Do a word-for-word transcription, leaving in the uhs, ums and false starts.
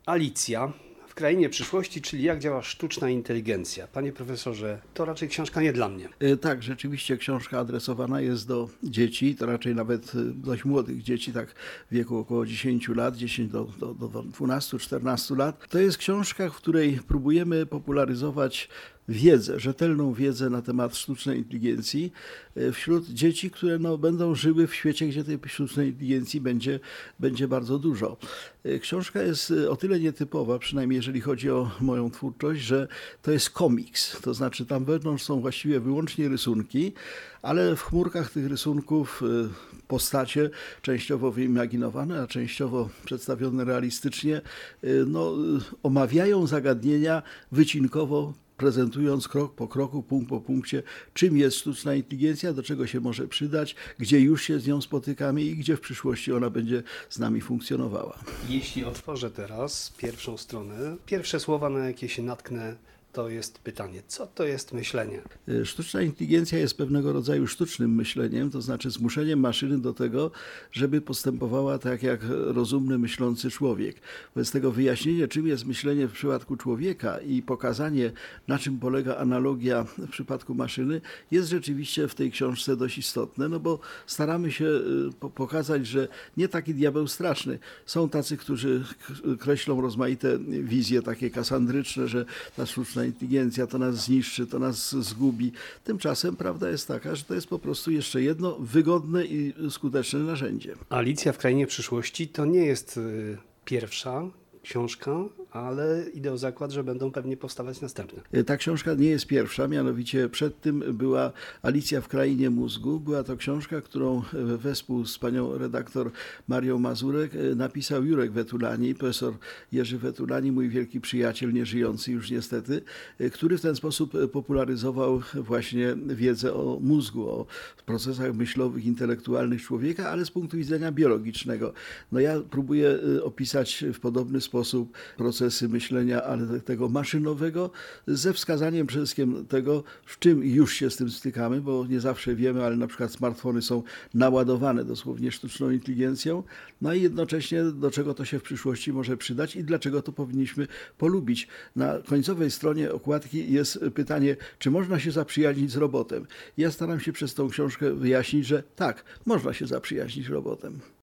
Alicja w krainie przyszłości, czyli jak działa sztuczna inteligencja. Panie profesorze, to raczej książka nie dla mnie. E, Tak, rzeczywiście książka adresowana jest do dzieci, to raczej nawet e, dość młodych dzieci, tak w wieku około dziesięciu lat, dziesięć do, do, do dwunastu czternastu lat. To jest książka, w której próbujemy popularyzować wiedzę, rzetelną wiedzę na temat sztucznej inteligencji e, wśród dzieci, które no, będą żyły w świecie, gdzie tej sztucznej inteligencji będzie, będzie bardzo dużo. E, Książka jest e, o tyle nietypowa, przynajmniej jeżeli chodzi o moją twórczość, że to jest komiks, to znaczy tam wewnątrz są właściwie wyłącznie rysunki, ale w chmurkach tych rysunków e, postacie częściowo wyimaginowane, a częściowo przedstawione realistycznie, e, no, e, omawiają zagadnienia wycinkowo, prezentując krok po kroku, punkt po punkcie, czym jest sztuczna inteligencja, do czego się może przydać, gdzie już się z nią spotykamy i gdzie w przyszłości ona będzie z nami funkcjonowała. Jeśli otworzę teraz pierwszą stronę, pierwsze słowa, na jakie się natknę, to jest pytanie, co to jest myślenie? Sztuczna inteligencja jest pewnego rodzaju sztucznym myśleniem, to znaczy zmuszeniem maszyny do tego, żeby postępowała tak jak rozumny, myślący człowiek. Wobec tego wyjaśnienie, czym jest myślenie w przypadku człowieka i pokazanie, na czym polega analogia w przypadku maszyny, jest rzeczywiście w tej książce dość istotne, no bo staramy się po- pokazać, że nie taki diabeł straszny. Są tacy, którzy k- kreślą rozmaite wizje takie kasandryczne, że ta sztuczna inteligencja to nas zniszczy, to nas zgubi. Tymczasem prawda jest taka, że to jest po prostu jeszcze jedno wygodne i skuteczne narzędzie. Alicja w krainie przyszłości to nie jest y, pierwsza książka, ale idę o zakład, że będą pewnie powstawać następne. Ta książka nie jest pierwsza, mianowicie przed tym była Alicja w krainie mózgu. Była to książka, którą wespół z panią redaktor Marią Mazurek napisał Jurek Wetulani, profesor Jerzy Wetulani, mój wielki przyjaciel, nieżyjący już niestety, który w ten sposób popularyzował właśnie wiedzę o mózgu, o procesach myślowych, intelektualnych człowieka, ale z punktu widzenia biologicznego. No ja próbuję opisać w podobny sposób procesy myślenia, ale tego maszynowego, ze wskazaniem przede wszystkim tego, w czym już się z tym stykamy, bo nie zawsze wiemy, ale na przykład smartfony są naładowane dosłownie sztuczną inteligencją, no i jednocześnie do czego to się w przyszłości może przydać i dlaczego to powinniśmy polubić. Na końcowej stronie okładki jest pytanie, czy można się zaprzyjaźnić z robotem. Ja staram się przez tą książkę wyjaśnić, że tak, można się zaprzyjaźnić z robotem.